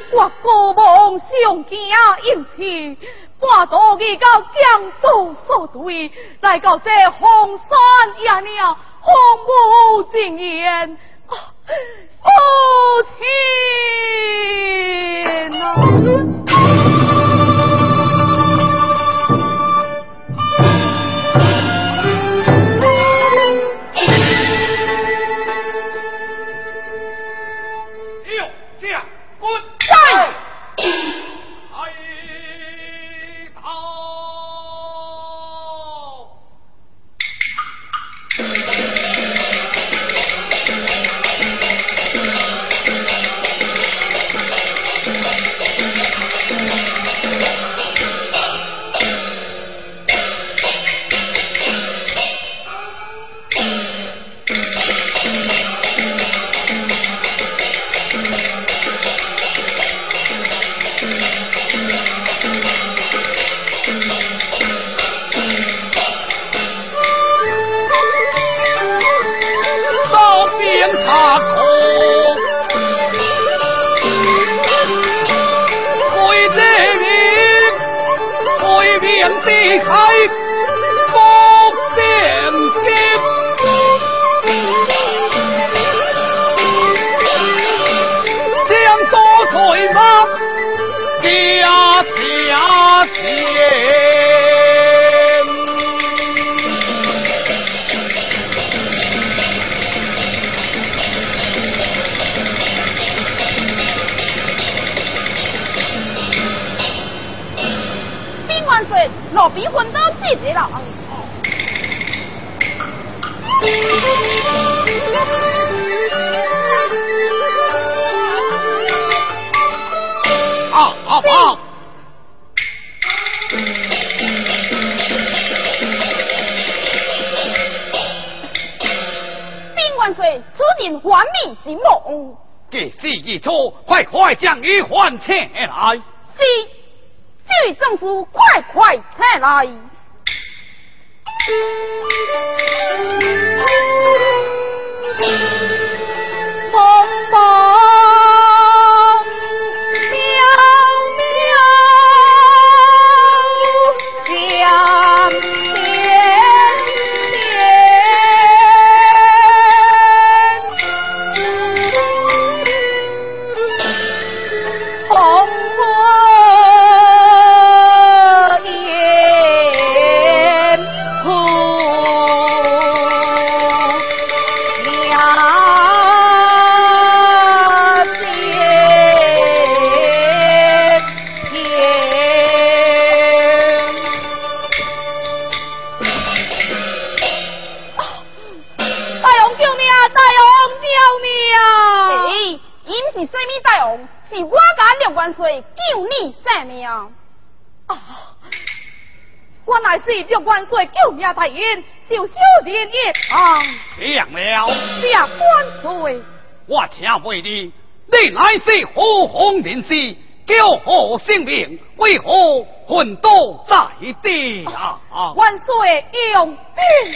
我高望上惊应气，半途遇到江都所对，来到这红山野鸟，红木正言，父亲啊！老兵混到自己了。 好。 兵万岁，此人还命之梦。 既是已错，快将伊还起来。 是。这位政府快起来！茫茫乃是6万岁救命大恩，受人一旁。 亮了， 下万岁！ 我请问你乃是何方人士？叫何姓名？为何魂都在地啊？ 万岁用兵。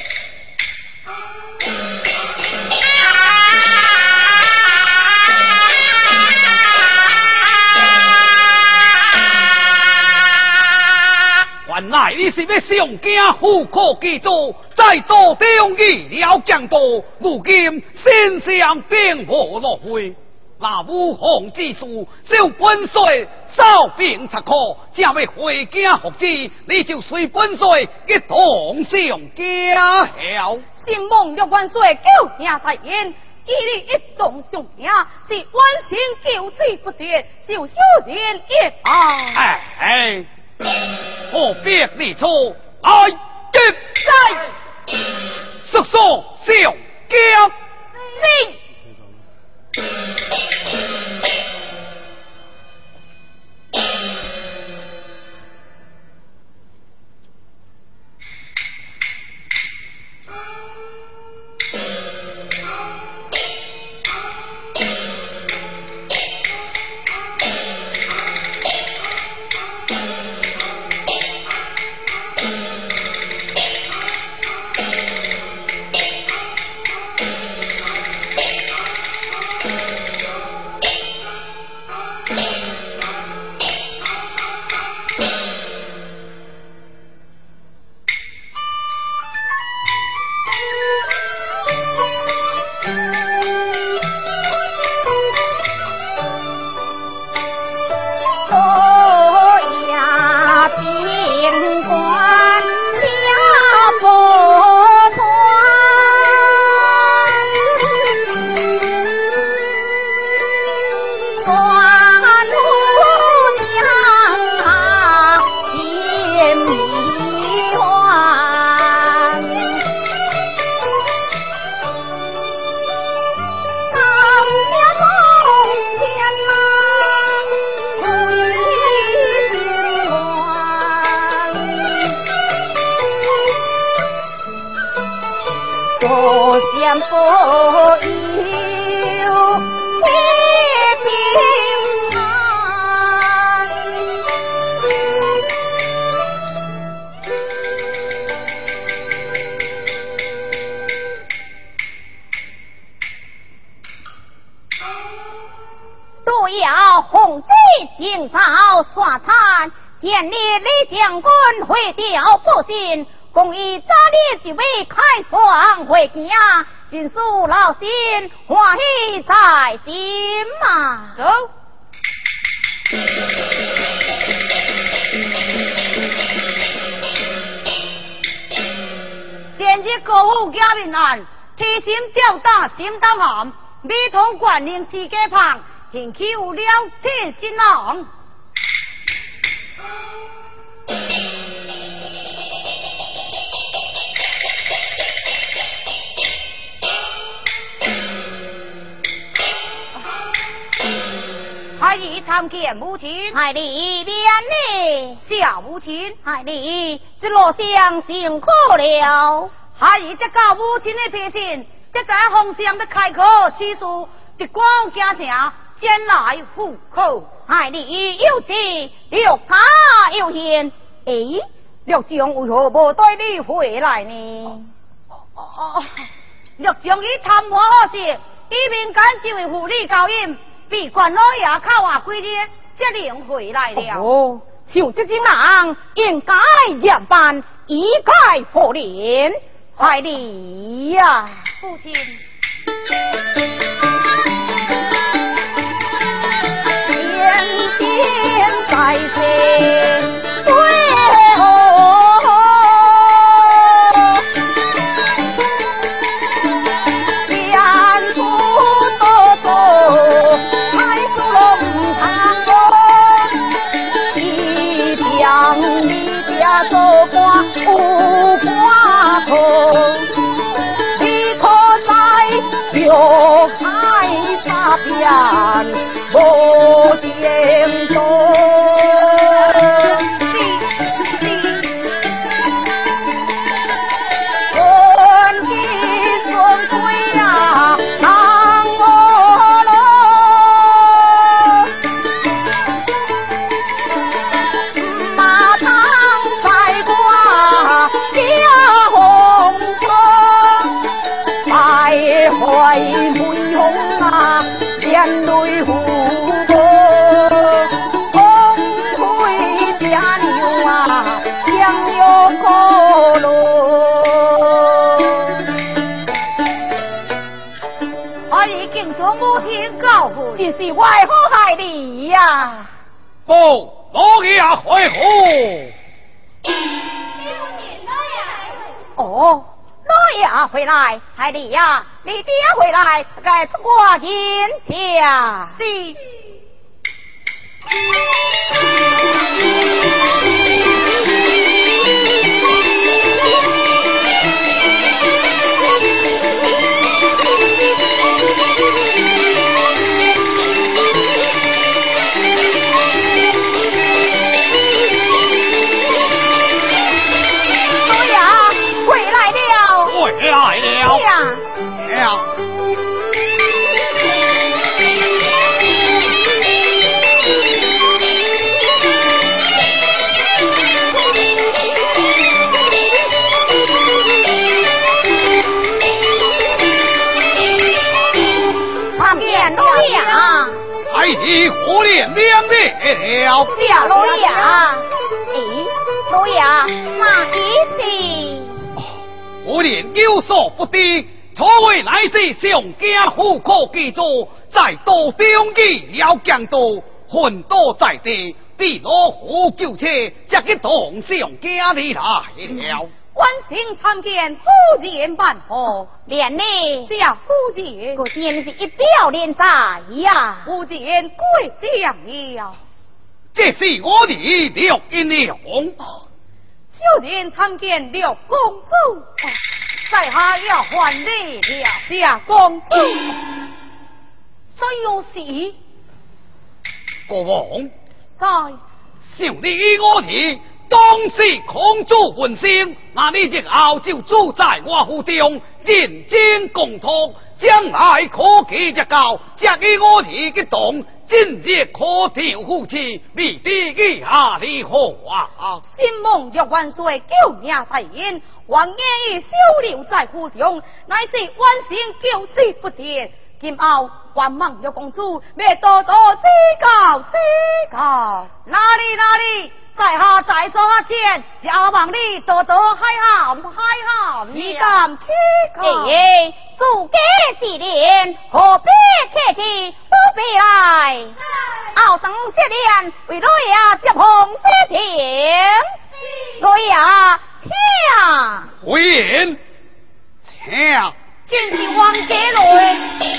原来你是要上京赴科祭祖，在道中遇了江都，如今身上并无落灰。那武皇之术，受本岁少兵查考，正要回京复职，你就随本岁一同上京了。 心梦6万岁救命大恩，伊你一同上京，是完成救济不得，就小人一旁。 何必你错来接在速速上京。 清早刷餐，见你李将军回调不信，共以早日一位开双回家，尽诉老心欢喜在心嘛。 走。前日国府家民案，提心吊胆心胆寒，未同官令自家旁，刑期有了天心郎。孩儿参见母亲， 孩儿免礼， 谢母亲。 孩儿这路上辛苦了。 孩儿接到母亲的批信，这在皇上的开口启示，直光家城前来赴口。 孩儿有志，六家有贤。诶，六将为何无对你回来呢？ 六将以贪污好事，以民间这位妇女高音。被官老爷靠话几日，才能回来了。 哦，像这种人应该严办，以改可怜。孩儿呀， 父亲。 天天在身。做官有花头，你可在玉海沙边无前途。春季春归啊，当我喽。马堂在挂家红妆，徘徊梅红啊，眼泪湖泊，风吹家牛啊，将有过路。 我已经从母亲告诉， 这是为何害你呀？ 不，老爷回府。 哦，老爷回来，孩儿呀，你爹回来，该出国迎驾。 是。 来了呀！ 旁边老爷， 太医火炼两裂了。 小老爷，咦，老爷哪一次？ 我连有所不知，错为乃是上家户口记住，在道中医了强盗，魂躲在地，被老虎救车，这个同上家里来了。 关心参见夫人办何？ 连你是啊，夫人， 我见是一表连在呀。 夫人贵将了， 这是我的六阴娘。 小人参见六公主，在下要还礼了。是啊，公主，怎样事？ 国王， 在小弟我是当时空主本性，那你日后就住在我府中，认真共托，将来可记一高，这个我是嘅动。今日可调夫妻，未知以下如何啊？ 心梦若万岁，救命大恩，王爷已收留在府中，乃是万幸救之不得。今后还望若公主，要多多指教指教。 了。哪里，在下在座前，下望你多多海涵。你敢去看？ 诸葛之年，何必客气？不必来。后生这年，为雷啊接红西天，雷啊听。 回言，请。 真是王家雷。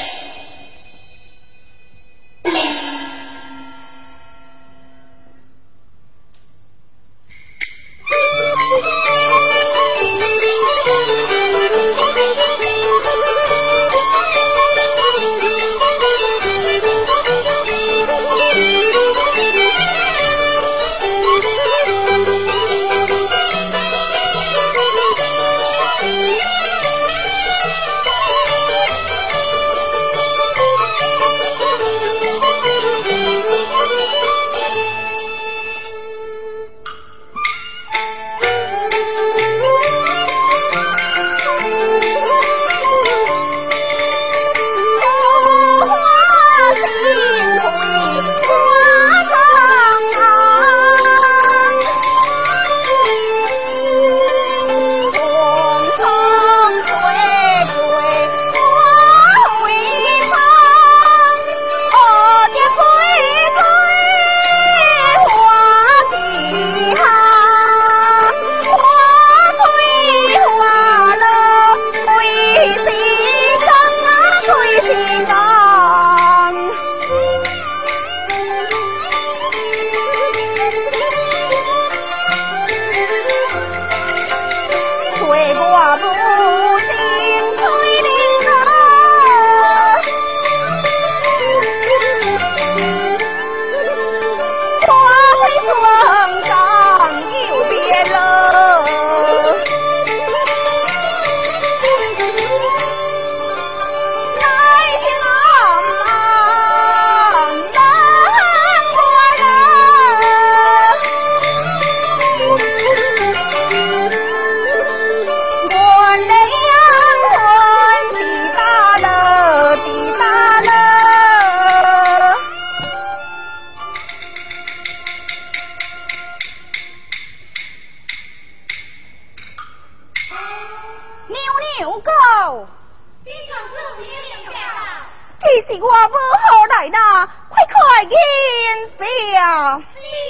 其实我无好来啦，快快饮下。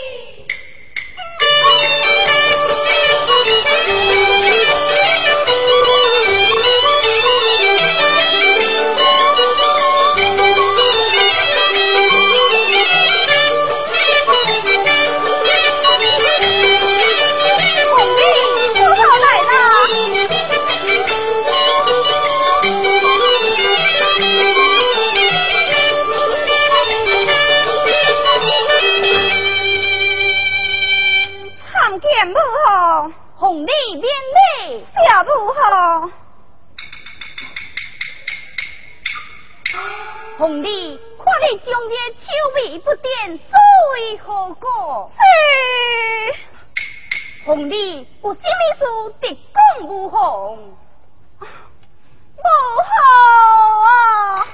见不好，红里面里下不好。红里，看你将这手尾不点，所为何果？是。红里，有什么事直讲无红？不好啊！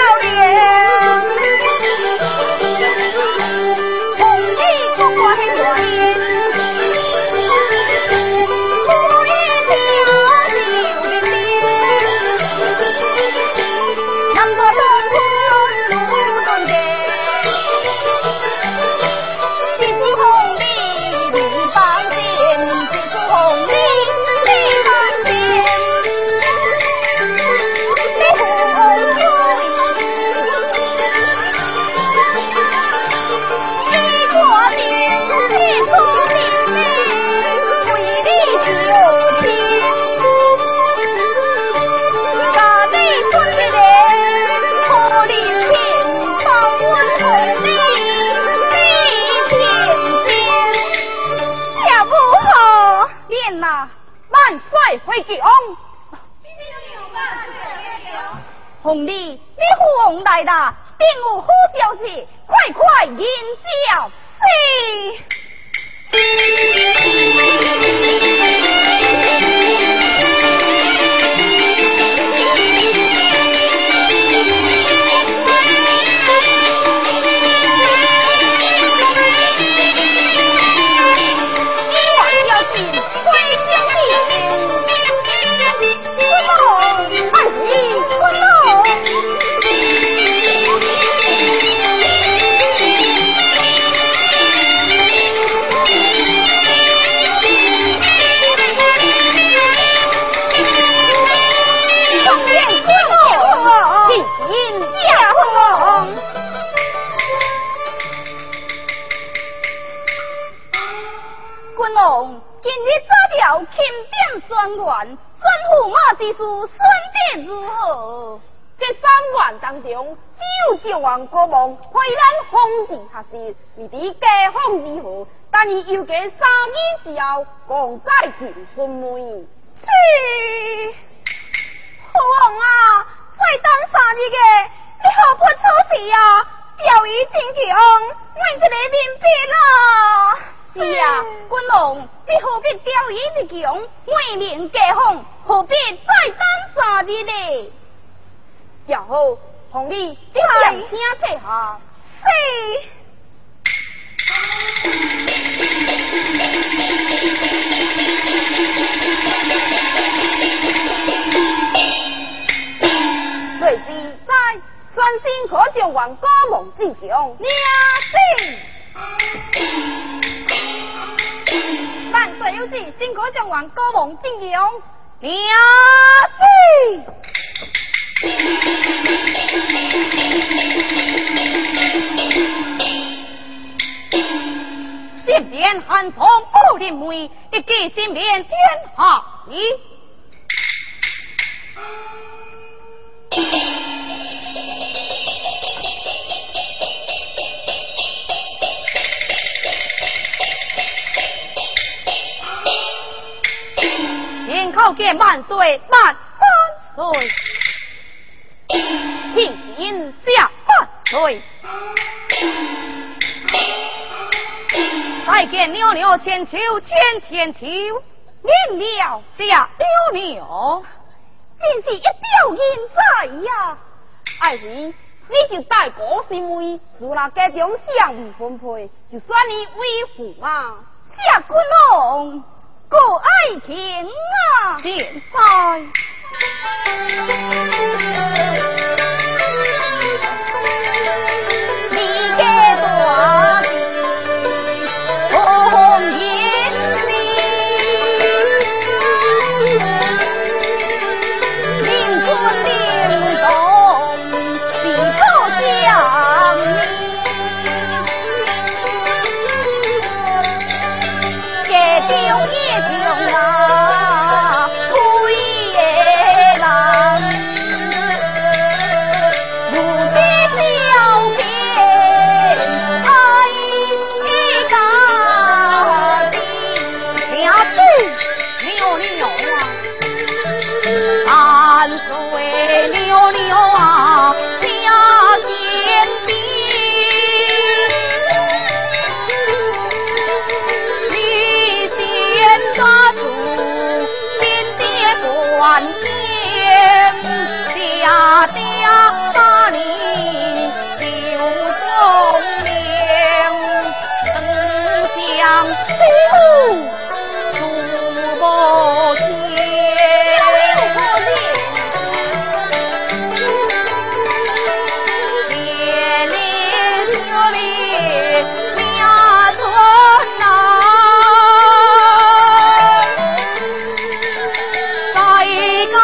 红来回讲。红丽，你父王来了，定有好消息，快快迎接。今日早调钦点专员，宣驸马之事选得如何？ 这3员当中，只有将王国王为咱封治下士，未知家风如何？但伊又加3年之后，共再进孙妹。 驸王啊，再等3日个，你何不出事啊？调伊进宫，为一个民兵啊！是啊，君王，你何必调伊入宫，为民家风？何必再等3日呢？ 也好，红丽，你想听这下。瑞之在专心可将王高梦之中。 咱最有志，先可将王高梦进宫。身边汉从不灵媒，一记身边天下矣。人口见万岁，万岁，天天下万岁。再见袅袅千秋，千秋，明了下袅袅，真是一表人才呀！ 爱妃，你就带个师妹，如那家中相互分配，就算你为父啊！ 下君王，个爱情啊！现在。你给我红颜里，令君令动，喜口相依，家中也中啊，灰夜郎，如今了别爱一家的俩子扭扭啊，万岁扭扭啊，家天地。万年下爹把你留中名，相思数不尽。烈烈秋里家村呐。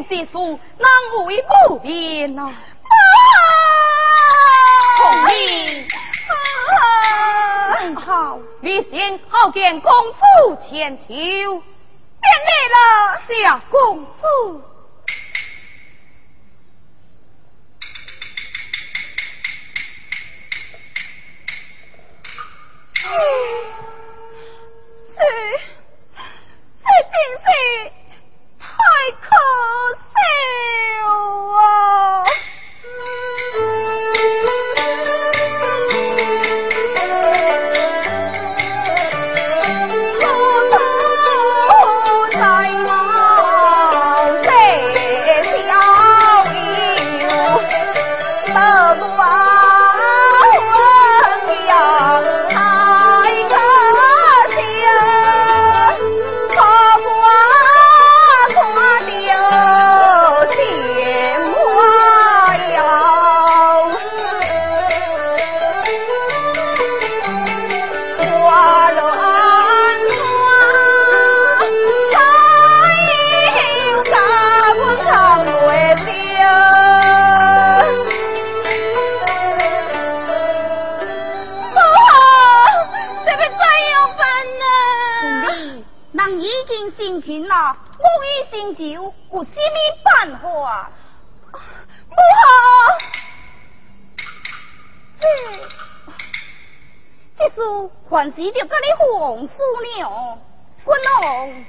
情之事，难为不便啊！红丽，好，你先好见公主千秋，便礼了，小公主。这真是太可笑啊！有什么办法？不好，这事还是着跟你皇叔娘，滚龙。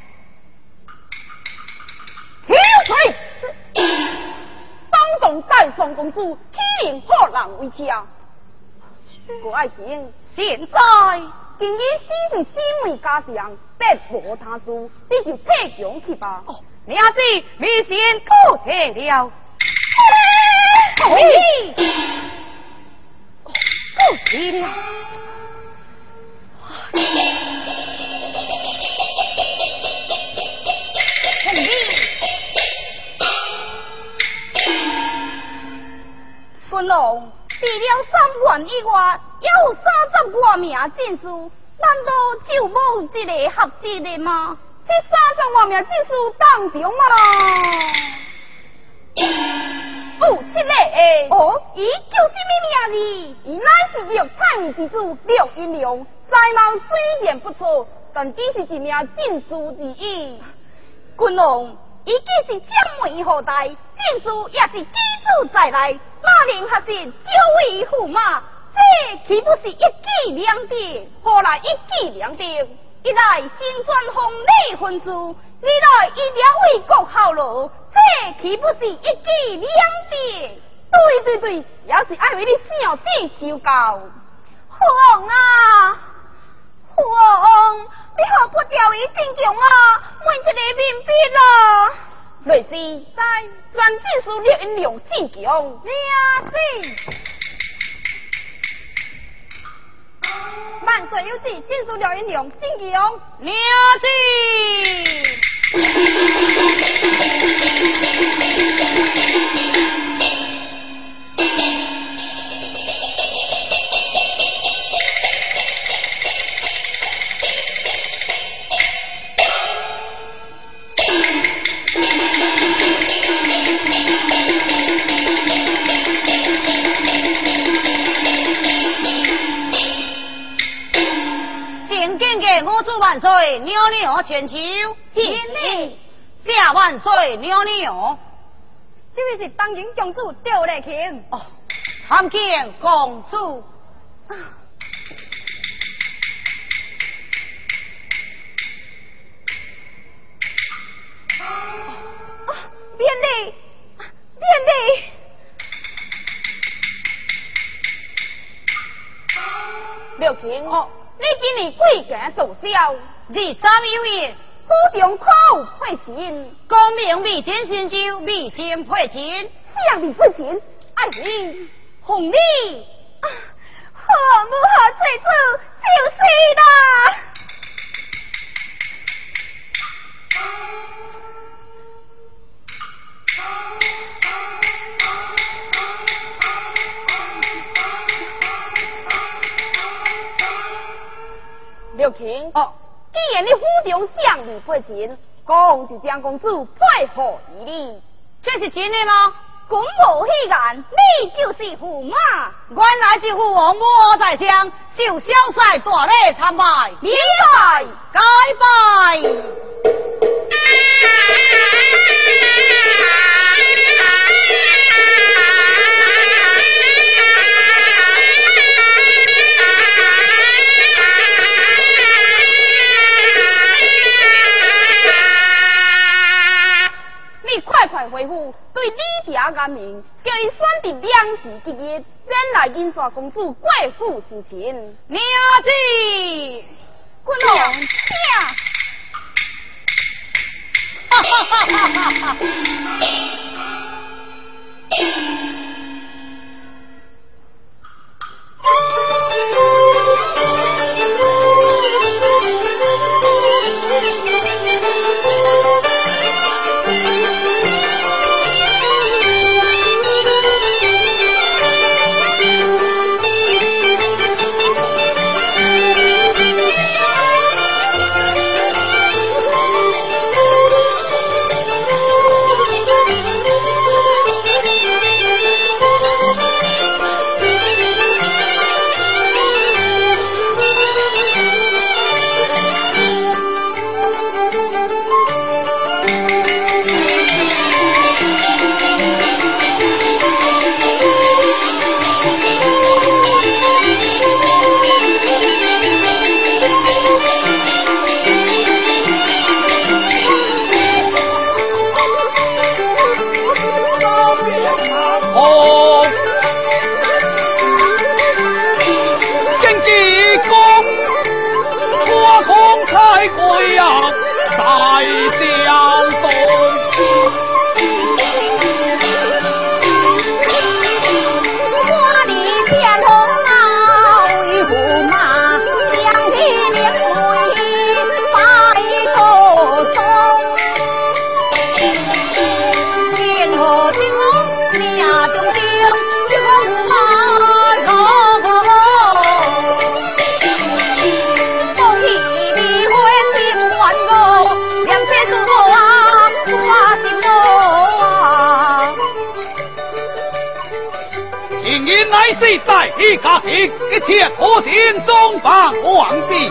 起水！当众带上公主，欺凌破人为家。郭爱卿，现在今日只是心为家常，别无他事，你就退强去吧。哦，娘子，你先告退了。告退了。孙龙，除了3员以外，也有30多名战士，难道就无一个合适的吗？这30多名战士当中嘛，有一个哦，伊叫什么名字？伊乃是六太尉之子六银龙，才貌虽然不错，但只是一名战士而已。君王，伊既是将门后代，战士也是基础在内。马林还是九位驸马，这岂不是一举两得？何来一举两得？一来新选皇礼婚事，二来医疗为国效劳，这岂不是一举两得？对，也是爱为你小弟求教。皇啊，皇，你何不调伊进宫啊？问一个明白啦。瑞士在专战士六银两进宫，娘子。万岁有旨，战士六银两进宫，娘子。我祝万岁，娘娘全球天礼，谢万岁，娘娘。这位是当今公主赵丽卿哦，参见公主。免礼，免礼。六卿哦。你今年贵家做销，23有爷，府中可有配钱？功名未见成就，未见配钱。向你配钱，爱你红你，何母何罪子就是啦。六卿哦，既然你府中向你配钱，公就将公主配合于你。 这是真的吗？ 公无虚言，你就是驸马。 原来是父王我在上，受小婿大礼参拜， 明白， 该拜。 你快快回复，对李家言明，叫伊选定两时吉日，前来引刷公主贵妇求亲。 娘子， 滚龙下。 哈哈哈哈哈哈！ 是在一家庭一切可心中房皇帝。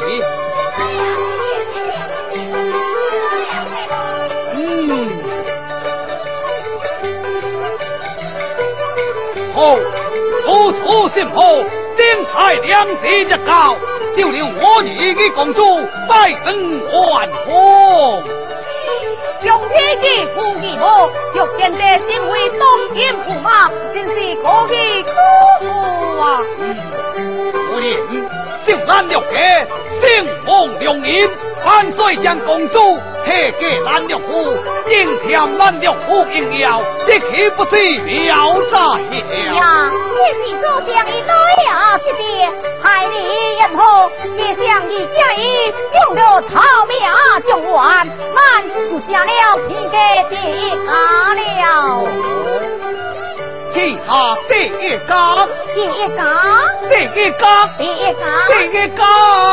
后不出心后，天台两地一高，就令我女的公主拜登万峰。 将天机夫义母，欲见得身为当今驸马，真是可喜可贺啊！ 夫人，小兰玉姐，姓王良言，万岁将公主提给兰玉夫，应添兰玉夫应邀，这岂不是了哉呀？你是做将一对啊，这边害你任何，别想一家一用了草命将完，慢就加了皮给地下了。 地下第一家， 第一家， 第一家， 第一家， 第一家。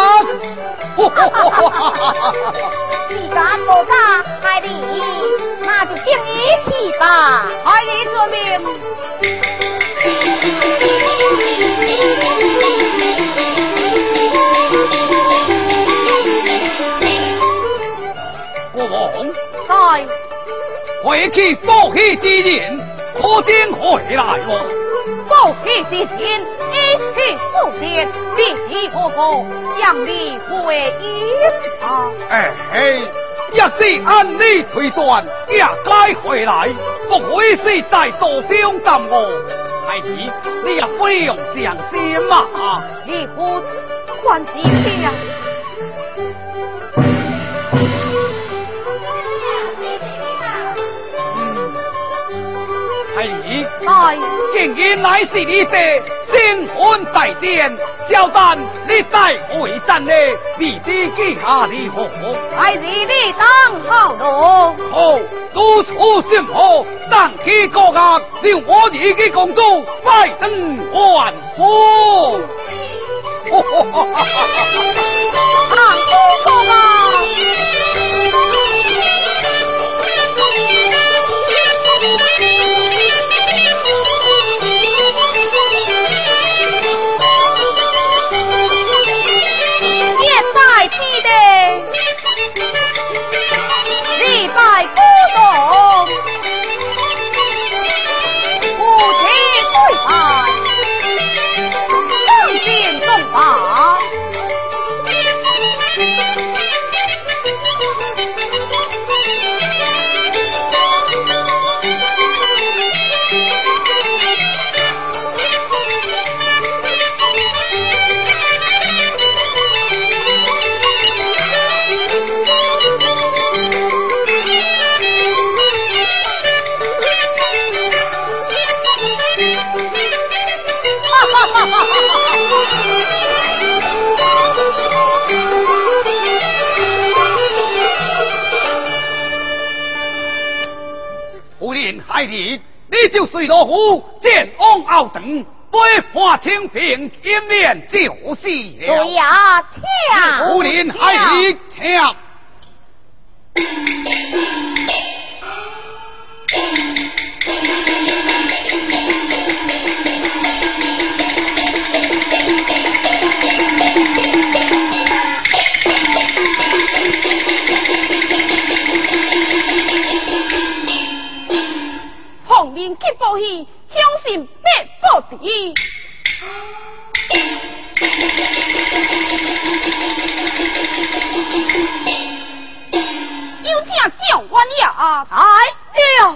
你敢不敢害你？那就听一起吧， 害你做命。 国王， 在回去报喜之人，可真回来了。 报喜之前，一起复节，必须何故将你回应啊？ 要是按你推断，也该回来，不会是在途中耽误。孩子，你也不用上心嘛。 你不关心呀？ 孩子，竟然乃是你这新婚大典，小旦你带回战呢？你知记下如何？ 孩子，你当好咯。 好，如此心好，当起国家，令我儿的公主拜登万福。 唐公公啊！ 日，你就随罗虎前往后堂，背汉清平一面就是了。 对呀，请夫人还你请。 奉命急报喜，相信必报之。有请将官爷来了。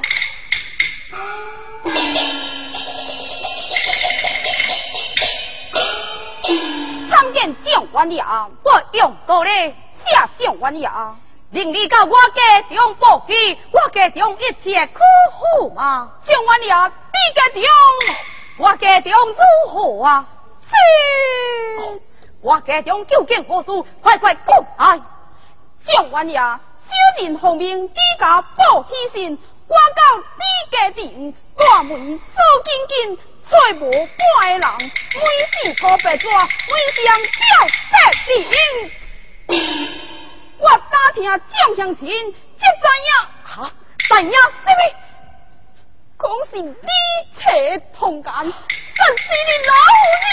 参见将官爷，我用到了下将官爷，令你到我家中报喜，我家中一切可好吗？将官爷，你家中我家中如何啊？是，我家中究竟何事？快快讲来！将官爷，小人奉命你家报喜信，赶到你家中，大门锁紧紧，揣无半个人，每时高白纸，每上表白领。我打听将相亲，这知影哈？知影什么？讲是你扯通奸，真是你老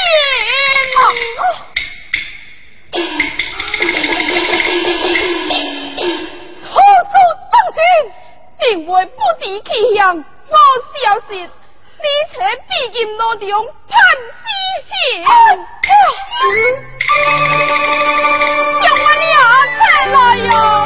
人啊！何处当亲，定会不知其向，无消息，你且必进路中判死刑。将我俩再来呀！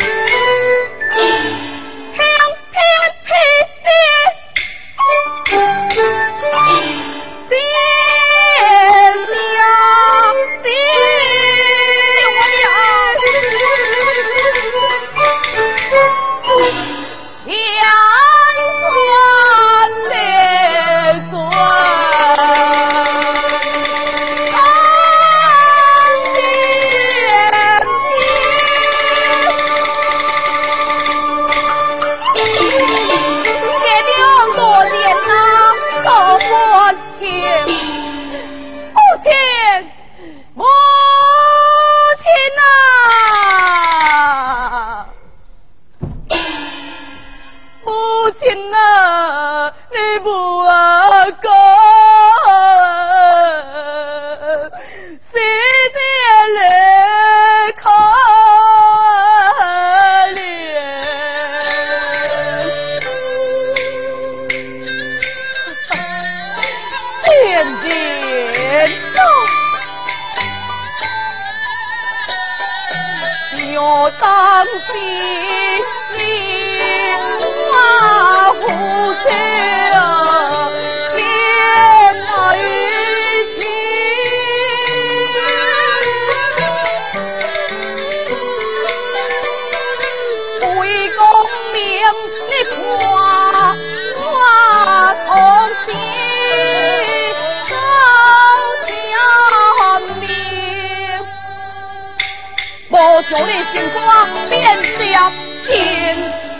叫你心肝变相天，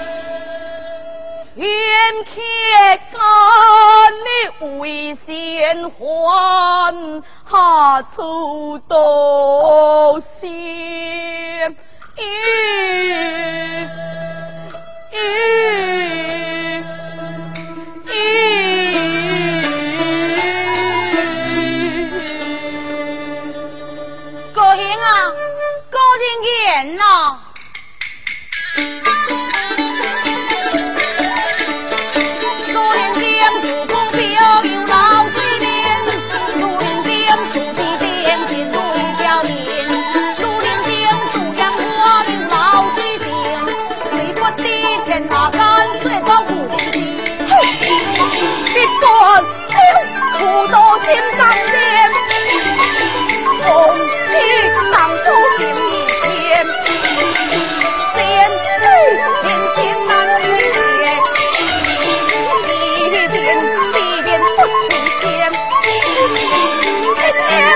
天客干你为先还，下处多先。 高兴啊！高人言呐，苏林江主公标有老水面，苏林江主地边是苏林标面，苏林江主阳花有老水井，水不滴天下干水高古林地，一段土豆金上天，红旗上出金。天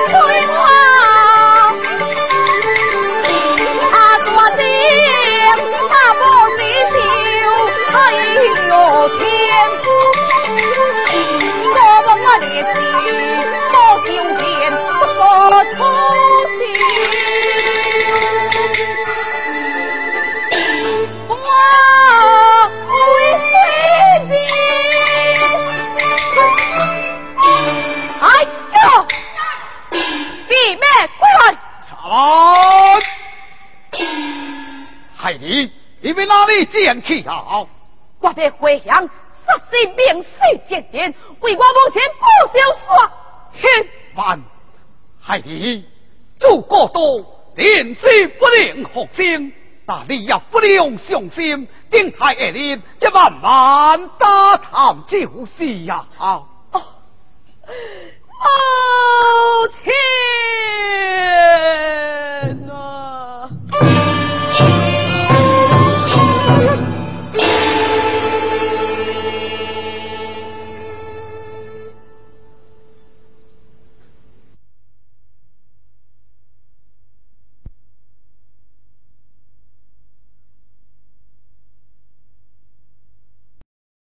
妹归来。 查孩儿，你为哪里见气啊？ 我要回乡，杀死明水见天，为我母亲报仇雪恨。 慢，孩儿，做过多，连续不能学精，那你也不能上心，定害二人，这慢慢打探就是呀。 母亲。